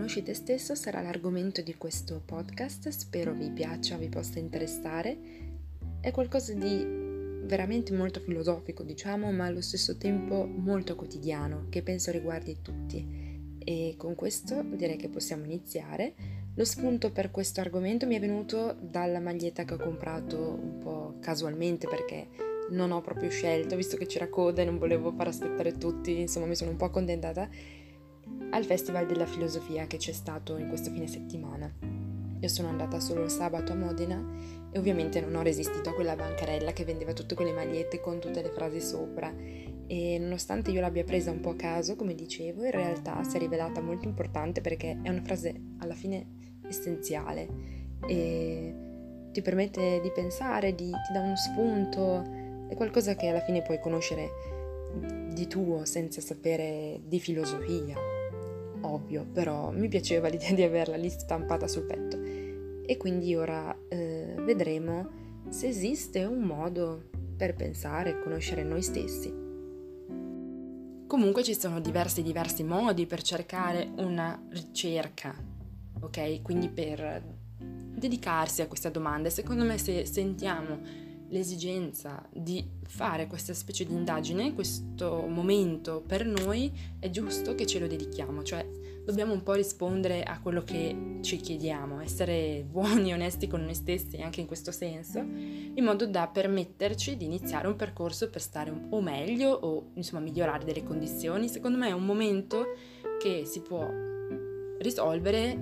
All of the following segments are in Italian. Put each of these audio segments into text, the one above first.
Conosci te stesso sarà l'argomento di questo podcast, spero vi piaccia, vi possa interessare. È qualcosa di veramente molto filosofico, diciamo, ma allo stesso tempo molto quotidiano, che penso riguardi tutti. E con questo direi che possiamo iniziare. Lo spunto per questo argomento mi è venuto dalla maglietta che ho comprato un po' casualmente, perché non ho proprio scelto, visto che c'era coda e non volevo far aspettare tutti, insomma mi sono un po' accontentata, al Festival della Filosofia che c'è stato in questo fine settimana. Io sono andata solo il sabato a Modena e ovviamente non ho resistito a quella bancarella che vendeva tutte quelle magliette con tutte le frasi sopra, e nonostante io l'abbia presa un po' a caso, come dicevo, in realtà si è rivelata molto importante perché è una frase alla fine essenziale e ti permette di pensare, ti dà uno spunto, è qualcosa che alla fine puoi conoscere di tuo senza sapere di filosofia. Ovvio, però mi piaceva l'idea di averla lì stampata sul petto e quindi ora vedremo se esiste un modo per pensare e conoscere noi stessi. Comunque ci sono diversi modi per cercare una ricerca, ok? Quindi per dedicarsi a questa domanda. E secondo me, se sentiamo l'esigenza di fare questa specie di indagine, questo momento per noi, è giusto che ce lo dedichiamo, cioè dobbiamo un po' rispondere a quello che ci chiediamo, essere buoni e onesti con noi stessi anche in questo senso, in modo da permetterci di iniziare un percorso per stare o meglio o insomma migliorare delle condizioni. Secondo me è un momento che si può risolvere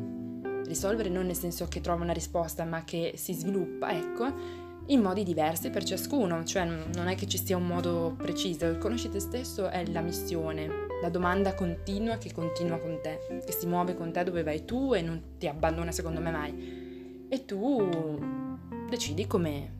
non nel senso che trova una risposta, ma che si sviluppa, ecco, in modi diversi per ciascuno, cioè non è che ci sia un modo preciso. Il conosci te stesso è la missione, la domanda continua che continua con te, che si muove con te dove vai tu e non ti abbandona secondo me mai. E tu decidi come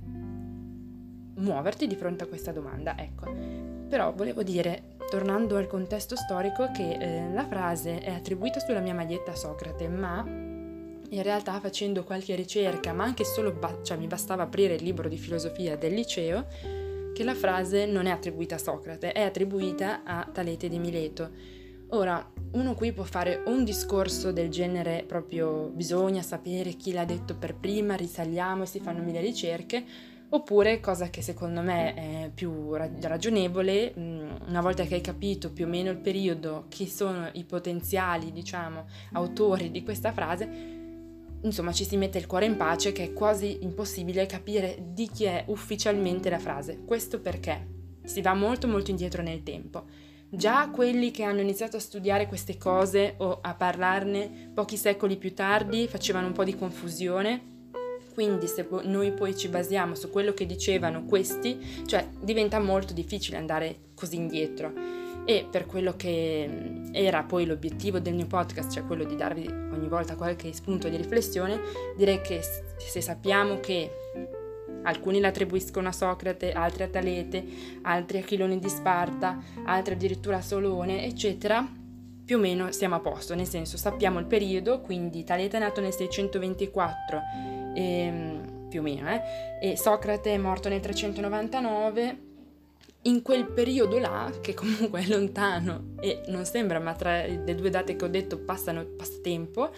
muoverti di fronte a questa domanda, ecco. Però volevo dire, tornando al contesto storico, che la frase è attribuita sulla mia maglietta a Socrate, ma in realtà facendo qualche ricerca, ma anche solo mi bastava aprire il libro di filosofia del liceo, che la frase non è attribuita a Socrate, è attribuita a Talete di Mileto. Ora, uno qui può fare un discorso del genere, proprio bisogna sapere chi l'ha detto per prima, risaliamo e si fanno mille ricerche, oppure, cosa che secondo me è più ragionevole, una volta che hai capito più o meno il periodo, chi sono i potenziali, diciamo, autori di questa frase, insomma ci si mette il cuore in pace, che è quasi impossibile capire di chi è ufficialmente la frase. Questo perché si va molto molto indietro nel tempo. Già quelli che hanno iniziato a studiare queste cose o a parlarne pochi secoli più tardi facevano un po' di confusione, quindi se noi poi ci basiamo su quello che dicevano questi, cioè diventa molto difficile andare così indietro. E per quello che era poi l'obiettivo del mio podcast, cioè quello di darvi ogni volta qualche spunto di riflessione, direi che se sappiamo che alcuni l'attribuiscono a Socrate, altri a Talete, altri a Chilone di Sparta, altri addirittura a Solone, eccetera, più o meno siamo a posto, nel senso sappiamo il periodo, quindi Talete è nato nel 624, più o meno, e Socrate è morto nel 399, in quel periodo là, che comunque è lontano e non sembra, ma tra le due date che ho detto passa tempo,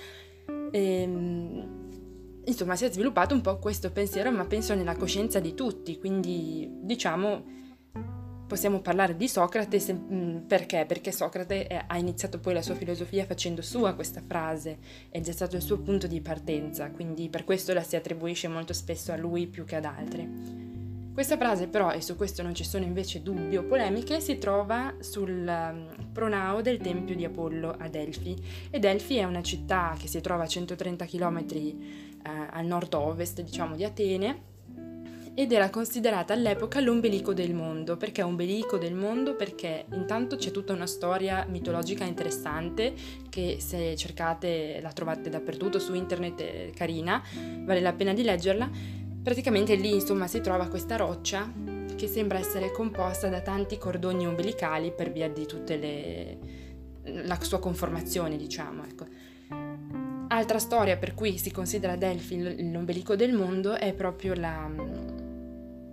insomma si è sviluppato un po' questo pensiero, ma penso nella coscienza di tutti, quindi diciamo possiamo parlare di Socrate perché Socrate ha iniziato poi la sua filosofia facendo sua questa frase, è già stato il suo punto di partenza, quindi per questo la si attribuisce molto spesso a lui più che ad altri. Questa frase però, e su questo non ci sono invece dubbi o polemiche, si trova sul pronao del tempio di Apollo a Delfi, e Delfi è una città che si trova a 130 km al nord-ovest, diciamo, di Atene, ed era considerata all'epoca l'ombelico del mondo. Perché ombelico del mondo? Perché intanto c'è tutta una storia mitologica interessante che, se cercate, la trovate dappertutto su internet, è carina, vale la pena di leggerla. Praticamente lì, insomma, si trova questa roccia che sembra essere composta da tanti cordoni ombelicali per via di tutte la sua conformazione, diciamo, ecco. Altra storia per cui si considera Delfi l'ombelico del mondo è proprio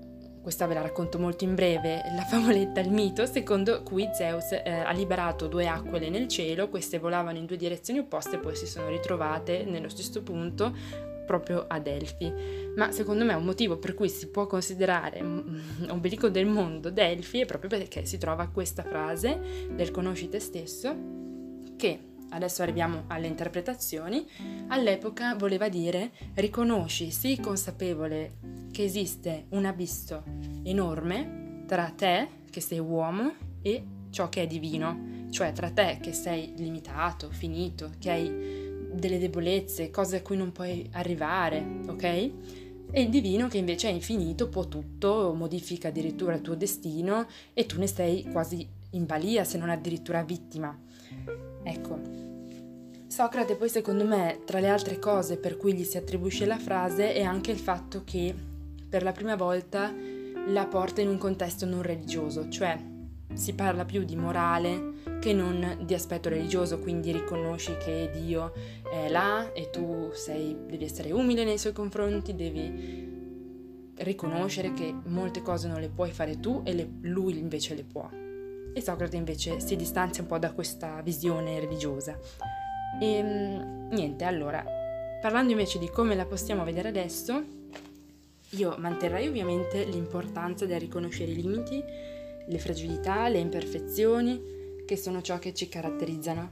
questa ve la racconto molto in breve, la favoletta, il mito, secondo cui Zeus ha liberato due aquile nel cielo, queste volavano in due direzioni opposte e poi si sono ritrovate nello stesso punto, proprio a Delfi. Ma secondo me un motivo per cui si può considerare ombelico del mondo Delfi è proprio perché si trova questa frase del conosci te stesso, che adesso arriviamo alle interpretazioni. All'epoca voleva dire riconosci, sii consapevole che esiste un abisso enorme tra te, che sei uomo, e ciò che è divino, cioè tra te che sei limitato, finito, che hai delle debolezze, cose a cui non puoi arrivare, ok? E il divino che invece è infinito, può tutto, modifica addirittura il tuo destino e tu ne sei quasi in balia, se non addirittura vittima. Ecco, Socrate poi secondo me, tra le altre cose per cui gli si attribuisce la frase, è anche il fatto che per la prima volta la porta in un contesto non religioso, cioè si parla più di morale che non di aspetto religioso, quindi riconosci che Dio è là e tu devi essere umile nei suoi confronti, devi riconoscere che molte cose non le puoi fare tu e lui invece le può. E Socrate invece si distanzia un po' da questa visione religiosa. E niente, allora, parlando invece di come la possiamo vedere adesso, io manterrei ovviamente l'importanza del riconoscere i limiti, le fragilità, le imperfezioni, che sono ciò che ci caratterizzano,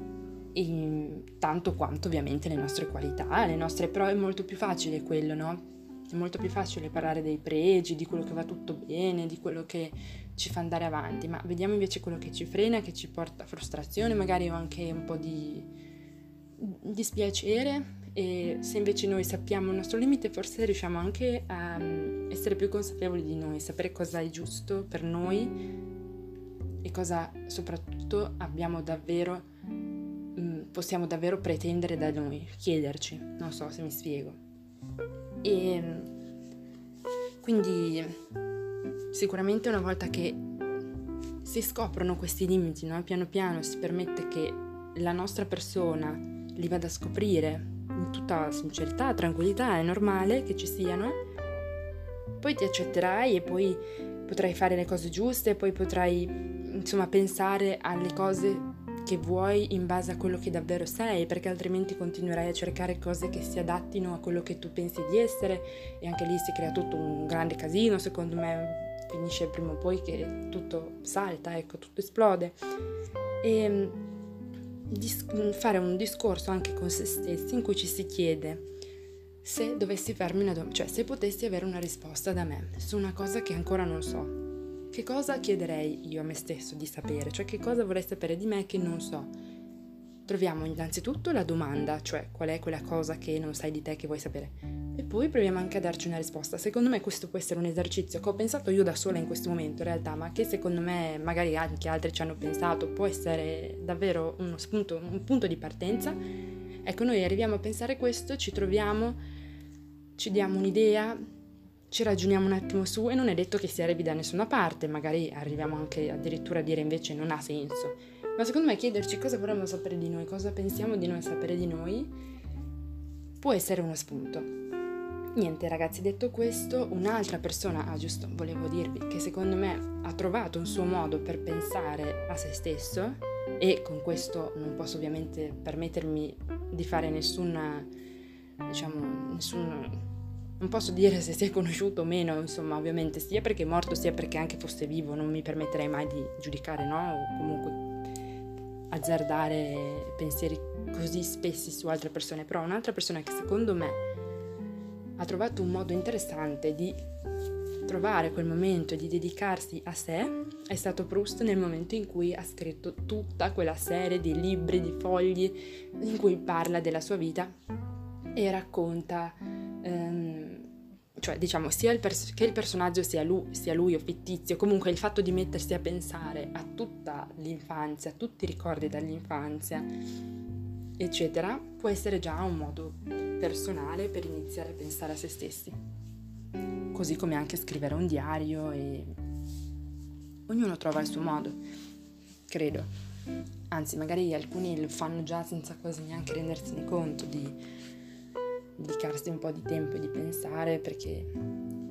e tanto quanto ovviamente le nostre qualità, le nostre, però è molto più facile quello, no? È molto più facile parlare dei pregi, di quello che va tutto bene, di quello che ci fa andare avanti, ma vediamo invece quello che ci frena, che ci porta a frustrazione, magari o anche un po' di dispiacere. E se invece noi sappiamo il nostro limite, forse riusciamo anche a essere più consapevoli di noi, sapere cosa è giusto per noi e cosa soprattutto possiamo davvero pretendere da noi, chiederci, non so se mi spiego. E quindi sicuramente una volta che si scoprono questi limiti, no? Piano piano si permette che la nostra persona li vada a scoprire in tutta sincerità, tranquillità, è normale che ci siano, poi ti accetterai e poi potrai fare le cose giuste, poi potrai insomma pensare alle cose che vuoi in base a quello che davvero sei, perché altrimenti continuerai a cercare cose che si adattino a quello che tu pensi di essere e anche lì si crea tutto un grande casino, secondo me finisce prima o poi che tutto salta, ecco, tutto esplode. E fare un discorso anche con se stessi in cui ci si chiede: se dovessi farmi una domanda, cioè se potessi avere una risposta da me su una cosa che ancora non so, che cosa chiederei io a me stesso di sapere? Cioè che cosa vorrei sapere di me che non so? Troviamo innanzitutto la domanda, cioè qual è quella cosa che non sai di te che vuoi sapere, e poi proviamo anche a darci una risposta. Secondo me questo può essere un esercizio che ho pensato io da sola in questo momento in realtà, ma che secondo me magari anche altri ci hanno pensato, può essere davvero uno spunto, un punto di partenza. Ecco, noi arriviamo a pensare questo, ci troviamo, ci diamo un'idea, ci ragioniamo un attimo su e non è detto che si arrivi da nessuna parte, magari arriviamo anche addirittura a dire invece non ha senso. Ma secondo me chiederci cosa vorremmo sapere di noi, cosa pensiamo di noi sapere di noi, può essere uno spunto. Niente ragazzi, detto questo, un'altra persona, giusto, volevo dirvi che secondo me ha trovato un suo modo per pensare a se stesso, e con questo non posso ovviamente permettermi di fare non posso dire se si è conosciuto o meno, insomma, ovviamente sia perché è morto sia perché anche fosse vivo, non mi permetterei mai di giudicare, no? O comunque azzardare pensieri così spessi su altre persone, però un'altra persona che secondo me ha trovato un modo interessante di trovare quel momento e di dedicarsi a sé è stato Proust, nel momento in cui ha scritto tutta quella serie di libri, di fogli in cui parla della sua vita e racconta cioè diciamo sia che il personaggio sia lui o fittizio, comunque il fatto di mettersi a pensare a tutta l'infanzia, a tutti i ricordi dall'infanzia eccetera, può essere già un modo personale per iniziare a pensare a se stessi, così come anche scrivere un diario, e ognuno trova il suo modo, credo, anzi magari alcuni lo fanno già senza quasi neanche rendersene conto, di dedicarsi un po' di tempo e di pensare, perché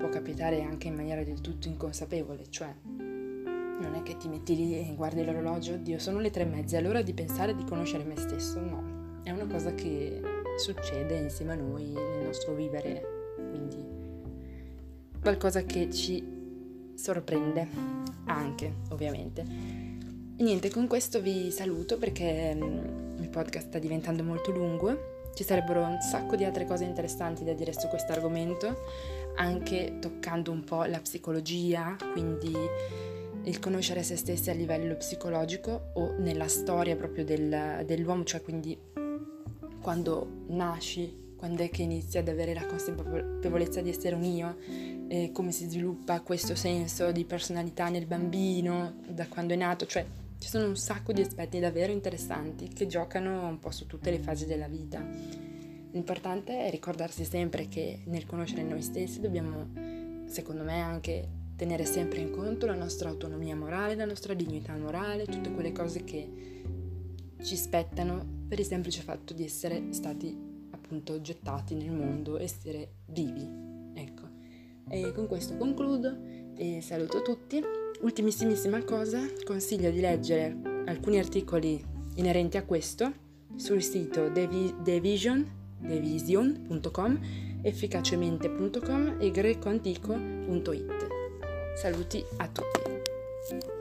può capitare anche in maniera del tutto inconsapevole, cioè non è che ti metti lì e guardi l'orologio, oddio sono le 3:30, è l'ora di pensare di conoscere me stesso, no, è una cosa che succede insieme a noi nel nostro vivere, quindi qualcosa che ci sorprende anche, ovviamente. E niente, con questo vi saluto perché il podcast sta diventando molto lungo. Ci sarebbero un sacco di altre cose interessanti da dire su questo argomento, anche toccando un po' la psicologia, quindi il conoscere se stessi a livello psicologico o nella storia proprio dell'uomo, cioè quindi quando nasci, quando è che inizi ad avere la consapevolezza di essere un io, come si sviluppa questo senso di personalità nel bambino, da quando è nato, cioè ci sono un sacco di aspetti davvero interessanti che giocano un po' su tutte le fasi della vita. L'importante è ricordarsi sempre che nel conoscere noi stessi dobbiamo, secondo me, anche tenere sempre in conto la nostra autonomia morale, la nostra dignità morale, tutte quelle cose che ci spettano per il semplice fatto di essere stati appunto gettati nel mondo, essere vivi. Ecco. E con questo concludo e saluto tutti. Ultimissimissima cosa, consiglio di leggere alcuni articoli inerenti a questo sul sito devision.com, efficacemente.com e grecoantico.it. Saluti a tutti.